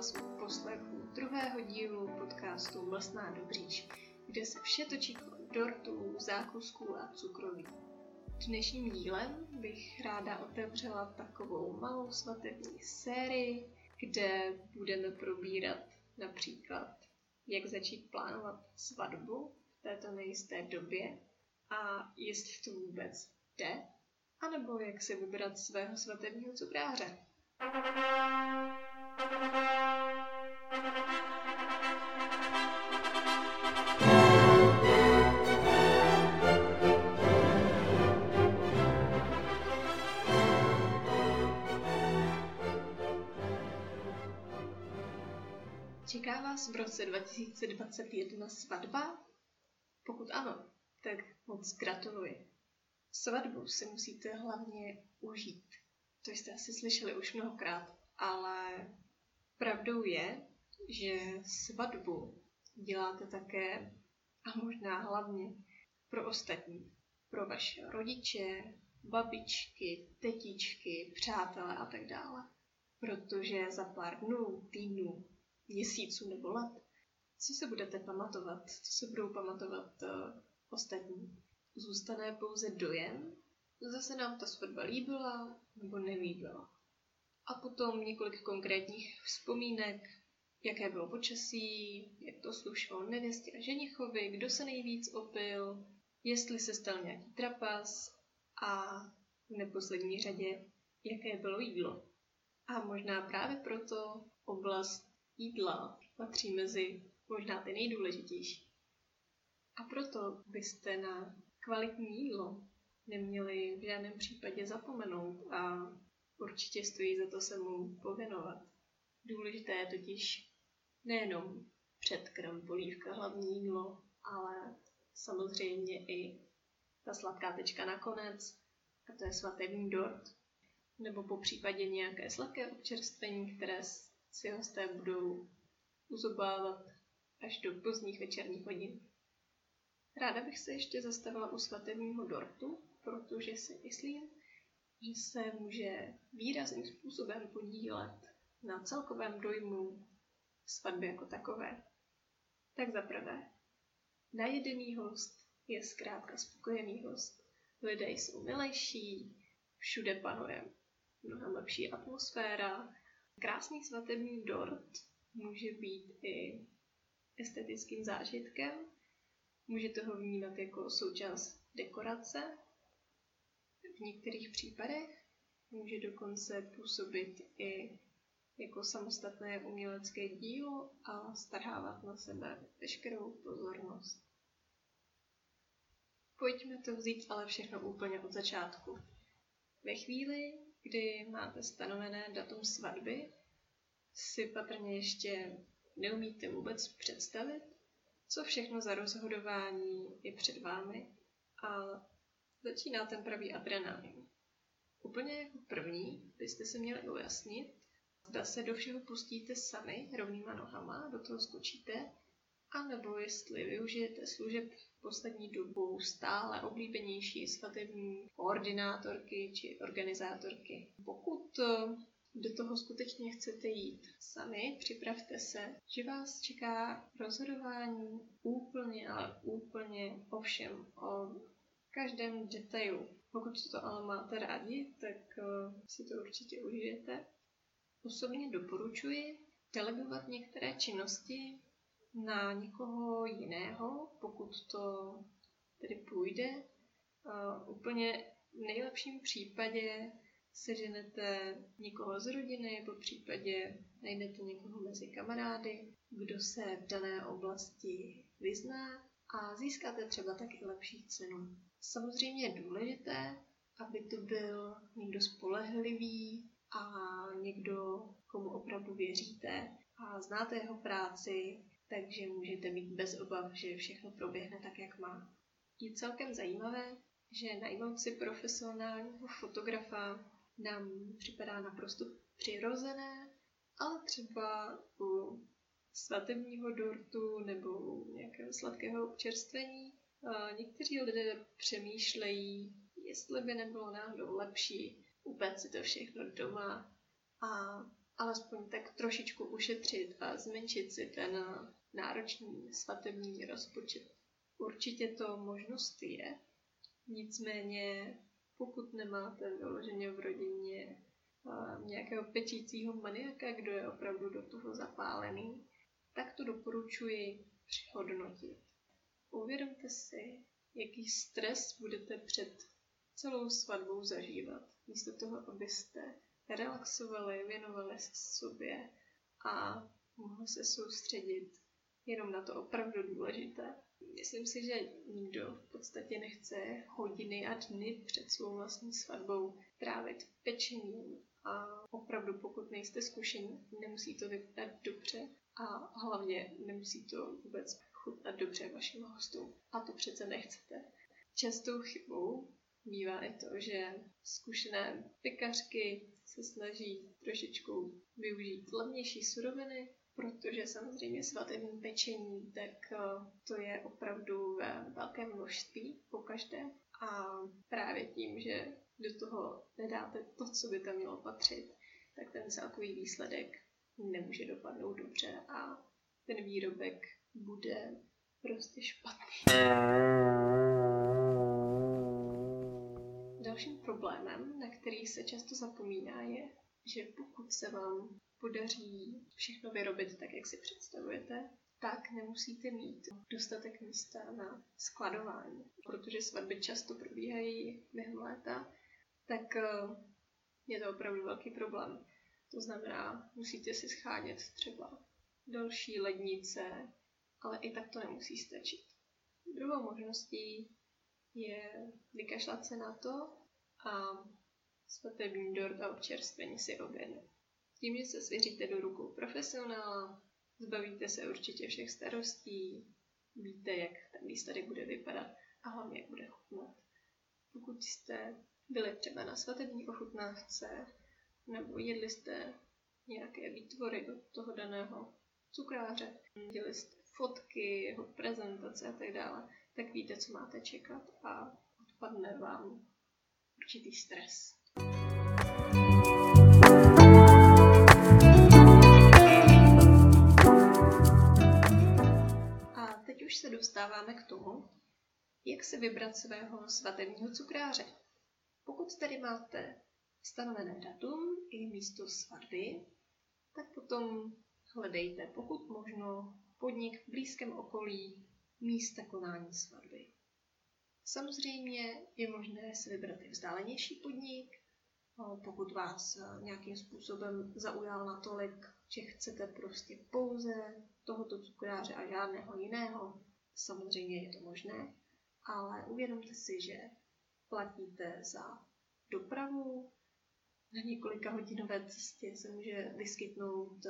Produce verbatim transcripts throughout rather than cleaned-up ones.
vás u poslechu druhého dílu podcastu Mlsná Dobříš, kde se vše točí kolem dortů, zákusků a cukroví. Dnešním dílem bych ráda otevřela takovou malou svatební sérii, kde budeme probírat například, jak začít plánovat svatbu v této nejisté době a jestli to vůbec jde, anebo jak si vybrat svého svatebního cukráře. Čeká vás v roce dva tisíce dvacet jedna svatba? Pokud ano, tak moc gratuluji. Svatbu si musíte hlavně užít. To jste asi slyšeli už mnohokrát, ale pravdou je, že svatbu děláte také a možná hlavně pro ostatní. Pro vaše rodiče, babičky, tetičky, přátelé a tak dále. Protože za pár dnů, týdnů, měsíců nebo let, co se budete pamatovat, co se budou pamatovat uh, ostatní. Zůstane pouze dojem, zda se nám ta svatba líbila nebo nelíbila. A potom několik konkrétních vzpomínek, jaké bylo počasí, jak to slušelo nevěstě a ženichovi, kdo se nejvíc opil, jestli se stal nějaký trapas a v neposlední řadě, jaké bylo jídlo. A možná právě proto oblast jídla patří mezi možná ty nejdůležitější. A proto byste na kvalitní jídlo neměli v žádném případě zapomenout a určitě stojí za to se mu pověnovat. Důležité je totiž nejenom předkrm, polívka, hlavní jídlo, ale samozřejmě i ta sladká tečka nakonec, a to je svatební dort, nebo po případě nějaké sladké občerstvení, které si hosté budou uzobávat až do pozdních večerních hodin. Ráda bych se ještě zastavila u svatebního dortu, protože si myslím, že se může výrazným způsobem podílet na celkovém dojmu svatby jako takové. Tak za prvé, najedený host je zkrátka spokojený host. Lidé jsou milejší, všude panuje mnohem lepší atmosféra. Krásný svatební dort může být i estetickým zážitkem. Můžete ho vnímat jako součást dekorace. V některých případech může dokonce působit i jako samostatné umělecké dílo a strhávat na sebe veškerou pozornost. Pojďme to vzít ale všechno úplně od začátku. Ve chvíli, kdy máte stanovené datum svatby, si patrně ještě neumíte vůbec představit, co všechno za rozhodování je před vámi a začíná ten pravý adrenalin. Úplně jako první byste si měli ujasnit, zda se do všeho pustíte sami rovnýma nohama, do toho skočíte, anebo jestli využijete služeb poslední dobou stále oblíbenější svatební koordinátorky či organizátorky. Pokud do toho skutečně chcete jít sami, připravte se, že vás čeká rozhodování úplně, ale úplně o všem, o každém detailu. Pokud to ale máte rádi, tak si to určitě užijete. Osobně doporučuji delegovat některé činnosti na někoho jiného, pokud to tedy půjde. Uh, úplně v nejlepším případě seženete někoho z rodiny, po případě najdete někoho mezi kamarády, kdo se v dané oblasti vyzná a získáte třeba taky lepší cenu. Samozřejmě je důležité, aby to byl někdo spolehlivý a někdo, komu opravdu věříte a znáte jeho práci, takže můžete být bez obav, že všechno proběhne tak, jak má. Je celkem zajímavé, že najmout si profesionálního fotografa nám připadá naprosto přirozené, ale třeba u svatebního dortu nebo u nějakého sladkého občerstvení někteří lidé přemýšlejí, jestli by nebylo náhodou lepší upéct si to všechno doma a alespoň tak trošičku ušetřit a zmenšit si ten náročný svatební rozpočet. Určitě to možnost je, nicméně pokud nemáte vyloženě v rodině nějakého pečícího maniaka, kdo je opravdu do toho zapálený, tak to doporučuji přehodnotit. Uvědomte si, jaký stres budete před celou svatbou zažívat. Místo toho, abyste relaxovali, věnovali se sobě a mohli se soustředit jenom na to opravdu důležité. Myslím si, že nikdo v podstatě nechce hodiny a dny před svou vlastní svatbou trávit pečením a opravdu pokud nejste zkušení, nemusí to vypadat dobře a hlavně nemusí to vůbec chutnat dobře vašim hostům. A to přece nechcete. Častou chybou bývá i to, že zkušené pekařky se snaží trošičku využít levnější suroviny, protože samozřejmě svatební pečení, tak to je opravdu ve velkém množství pokaždé. A právě tím, že do toho nedáte to, co by tam mělo patřit, tak ten celkový výsledek nemůže dopadnout dobře a ten výrobek bude prostě špatný. Dalším problémem, na který se často zapomíná, je, že pokud se vám podaří všechno vyrobit tak, jak si představujete, tak nemusíte mít dostatek místa na skladování. Protože svatby často probíhají během léta, tak je to opravdu velký problém. To znamená, musíte si schánět třeba další lednice, ale i tak to nemusí stačit. Druhou možností je vykašlat se na to a svatební dort a občerstvení si objednat. Tím, že se svěříte do rukou profesionála, zbavíte se určitě všech starostí, víte, jak ten výsledek bude vypadat a hlavně, jak bude chutnat. Pokud jste byli třeba na svatební ochutnávce nebo jedli jste nějaké výtvory od toho daného cukráře, viděli jste fotky, jeho prezentace a tak dále, tak víte, co máte čekat a odpadne vám určitý stres. A teď už se dostáváme k tomu, jak si vybrat svého svatebního cukráře. Pokud tady máte stanovené datum i místo svatby, tak potom hledejte pokud možno podnik v blízkém okolí místa konání svatby. Samozřejmě je možné si vybrat i vzdálenější podnik, pokud vás nějakým způsobem zaujal natolik, že chcete prostě pouze tohoto cukráře a žádného jiného. Samozřejmě je to možné, ale uvědomte si, že platíte za dopravu. Na několika hodinové cestě se může vyskytnout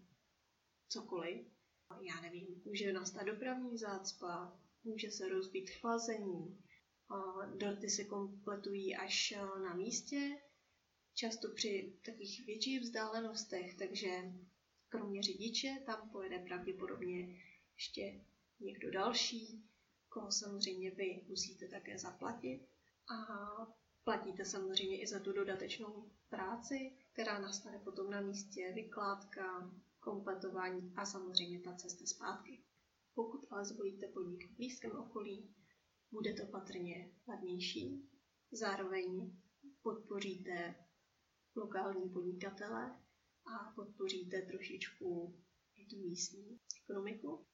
cokoliv. Já nevím, může nastat dopravní zácpa, může se rozbít chlazení, dorty se kompletují až na místě, často při takových větších vzdálenostech, takže kromě řidiče tam pojede pravděpodobně ještě někdo další, koho samozřejmě vy musíte také zaplatit. A platíte samozřejmě i za tu dodatečnou práci, která nastane potom na místě, vykládka, kompletování a samozřejmě ta cesta zpátky. Pokud ale zvolíte podnik v blízkém okolí, bude to patrně levnější. Zároveň podpoříte lokální podnikatele a podpoříte trošičku i tu místní ekonomiku.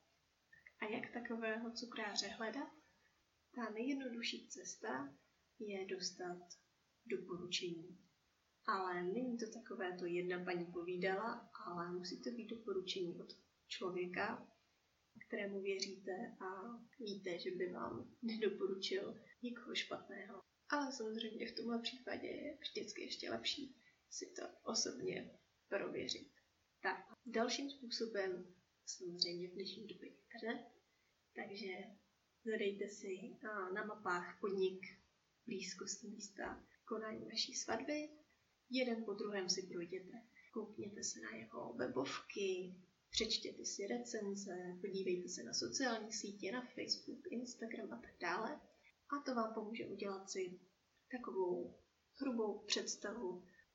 A jak takového cukráře hledat? Ta nejjednodušší cesta je dostat doporučení. Ale není to takové to jedna paní povídala, ale musí to být doporučení od člověka, kterému věříte a víte, že by vám nedoporučil nikoho špatného. Ale samozřejmě v tomhle případě je vždycky ještě lepší si to osobně prověřit. Tak, dalším způsobem samozřejmě v dnešní době internet, takže zadejte si na mapách podnik blízkosti místa konání vaší svatby. Jeden po druhém si projděte. Koukněte se na jeho webovky, přečtěte si recenze, podívejte se na sociální sítě, na Facebook, Instagram a tak dále. A to vám pomůže udělat si takovou hrubou představu,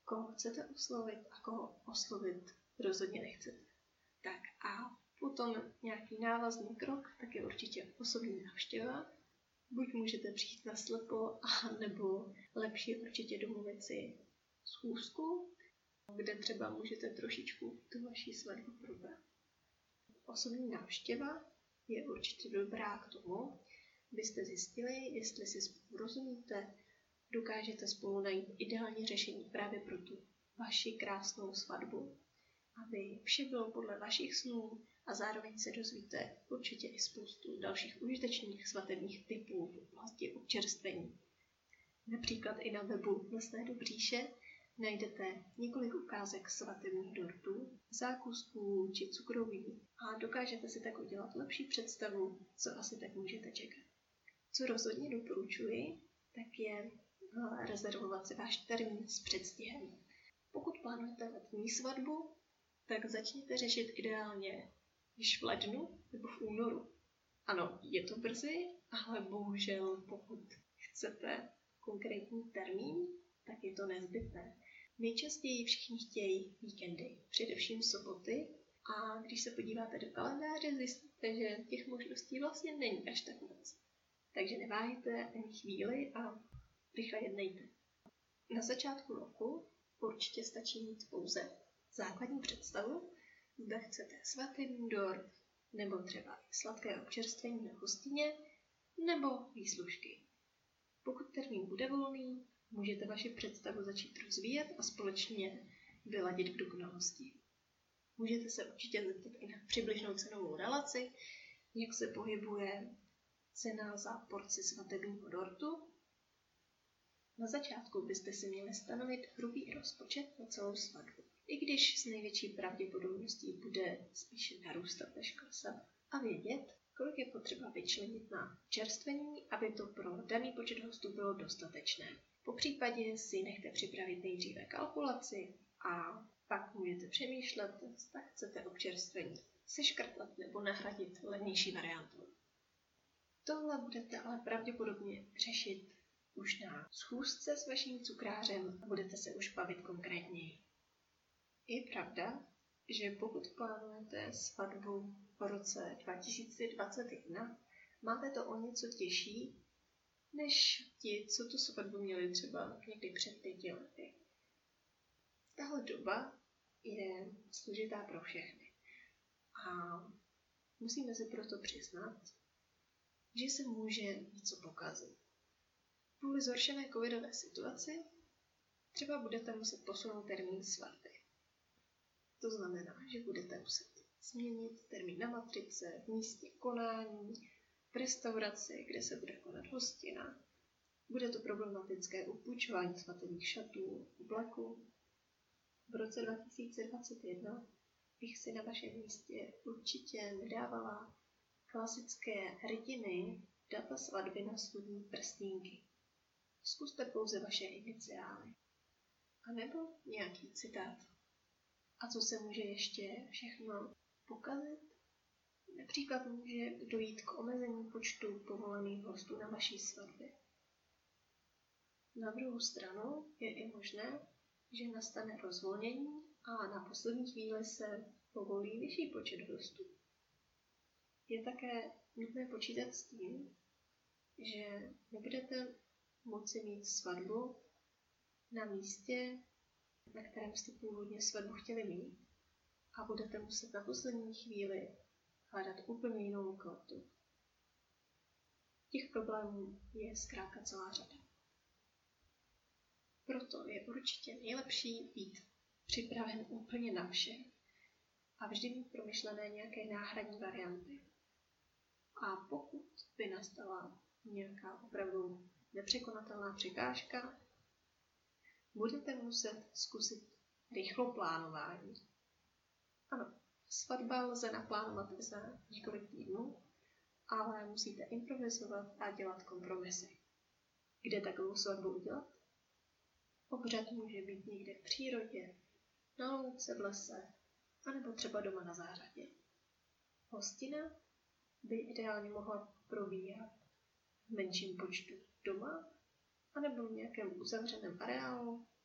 koho chcete oslovit a koho oslovit rozhodně nechcete. Tak a potom nějaký návazný krok, tak je určitě osobní návštěva. Buď můžete přijít naslepo, a nebo lepší určitě domluvit si schůzku, kde třeba můžete trošičku tu vaši svatbu probrat. Osobní návštěva je určitě dobrá k tomu, abyste zjistili, jestli si spolu rozumíte, dokážete spolu najít ideální řešení právě pro tu vaši krásnou svatbu, aby vše bylo podle vašich snů a zároveň se dozvíte určitě i spoustu dalších užitečných svatebních typů v oblasti občerstvení. Například i na webu Lesné do bříše najdete několik ukázek svatebních dortů, zákusků či cukroví a dokážete si tak udělat lepší představu, co asi tak můžete čekat. Co rozhodně doporučuji, tak je rezervovat si váš termín s předstihem. Pokud plánujete letní svatbu, tak začněte řešit ideálně již v lednu nebo v únoru. Ano, je to brzy, ale bohužel pokud chcete konkrétní termín, tak je to nezbytné. Nejčastěji všichni chtějí víkendy, především soboty, a když se podíváte do kalendáře, zjistíte, že těch možností vlastně není až tak moc. Takže neváhejte ani chvíli a rychle jednejte. Na začátku roku určitě stačí mít pouze základní představu, zda chcete svatební dort, nebo třeba sladké občerstvení na hostině, nebo výslužky. Pokud termín bude volný, můžete vaši představu začít rozvíjet a společně vyladit k dokonalosti. Můžete se určitě zeptat i na přibližnou cenovou relaci, jak se pohybuje cena za porci svatebního dortu. Na začátku byste si měli stanovit hrubý rozpočet na celou svatbu, i když s největší pravděpodobností bude spíše narůstat než klesat, a vědět, kolik je potřeba vyčlenit na čerstvení, aby to pro daný počet hostů bylo dostatečné. Po případě si nechte připravit nejdříve kalkulaci a pak můžete přemýšlet, zda chcete občerstvení seškrtat nebo nahradit levnější variantou. Tohle budete ale pravděpodobně řešit už na schůzce s vaším cukrářem a budete se už bavit konkrétněji. Je pravda, že pokud plánujete svatbu v roce dva tisíce dvacet jedna, máte to o něco těžší, než ti, co tu svatbu měli třeba někdy před pěti lety. Tahle doba je složitá pro všechny a musíme si proto přiznat, že se může něco pokazit. Kvůli zhoršené covidové situaci třeba budete muset posunout termín svatby. To znamená, že budete muset změnit termín na matrice, v místě konání, v restauraci, kde se bude konat hostina. Bude to problematické u půjčování svatebních šatů, obleků. V roce dva tisíce dvacet jedna bych si na vašem místě určitě nedávala klasické rytiny data svatby na spodní prstínky. Zkuste pouze vaše iniciály. A nebo nějaký citát. A co se může ještě všechno pokazit? Například může dojít k omezení počtu povolených hostů na vaší svatbě. Na druhou stranu je i možné, že nastane rozvolnění a na poslední chvíli se povolí vyšší počet hostů. Je také nutné počítat s tím, že nebudete moci mít svatbu na místě, na kterém jste původně svatbu chtěli mít, a budete muset na poslední chvíli hledat úplně jinou lokalitu. Těch problémů je zkrátka celá řada. Proto je určitě nejlepší být připraven úplně na vše a vždy mít promyšlené nějaké náhradní varianty. A pokud by nastala nějaká opravdu nepřekonatelná překážka, budete muset zkusit rychloplánování. Ano, svatba lze naplánovat za několik týdnů, ale musíte improvizovat a dělat kompromisy. Kde takovou svatbu udělat? Obřad může být někde v přírodě, na louce v lese, anebo třeba doma na zahradě. Hostina by ideálně mohla probíhat v menším počtu doma, anebo v nějakém uzavřeném areálu,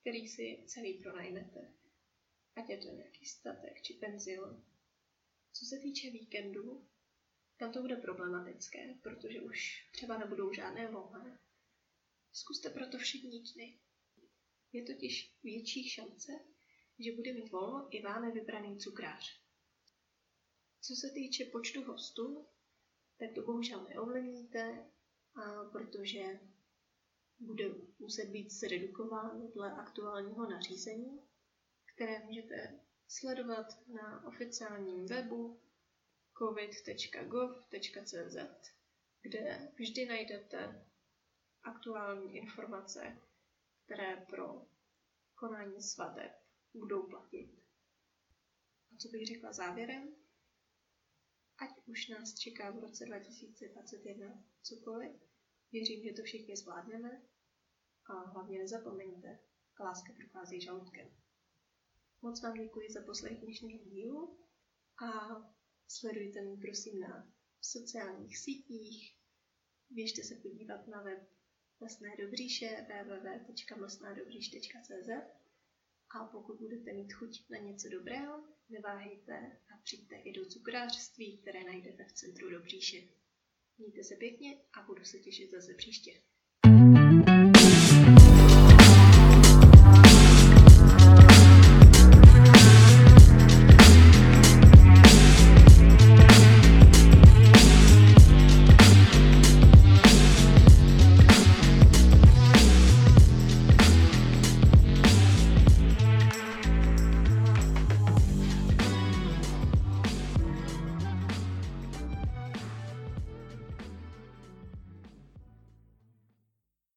který si celý pronajmete. Ať je to nějaký statek či penzion. Co se týče víkendu, tam to bude problematické, protože už třeba nebudou žádné volna. Zkuste proto všední dny. Je totiž větší šance, že bude mít volno i vámi vybraný cukrář. Co se týče počtu hostů, tak to bohužel neovlivníte, a protože bude muset být zredukován dle aktuálního nařízení, které můžete sledovat na oficiálním webu covid tečka gov tečka cz, kde vždy najdete aktuální informace, které pro konání svateb budou platit. A co bych řekla závěrem? Ať už nás čeká v roce dva tisíce dvacet jedna cokoliv, věřím, že to všichni zvládneme a hlavně nezapomeňte, láska prochází žaludkem. Moc vám děkuji za poslech dnešního dílu a sledujte mě prosím na sociálních sítích, běžte se podívat na web Mlsné Dobříše w w w tečka mlsná dobříš tečka cz a pokud budete mít chuť na něco dobrého, neváhejte a přijďte i do cukrářství, které najdete v centru Dobříše. Mějte se pěkně a budu se těšit zase příště.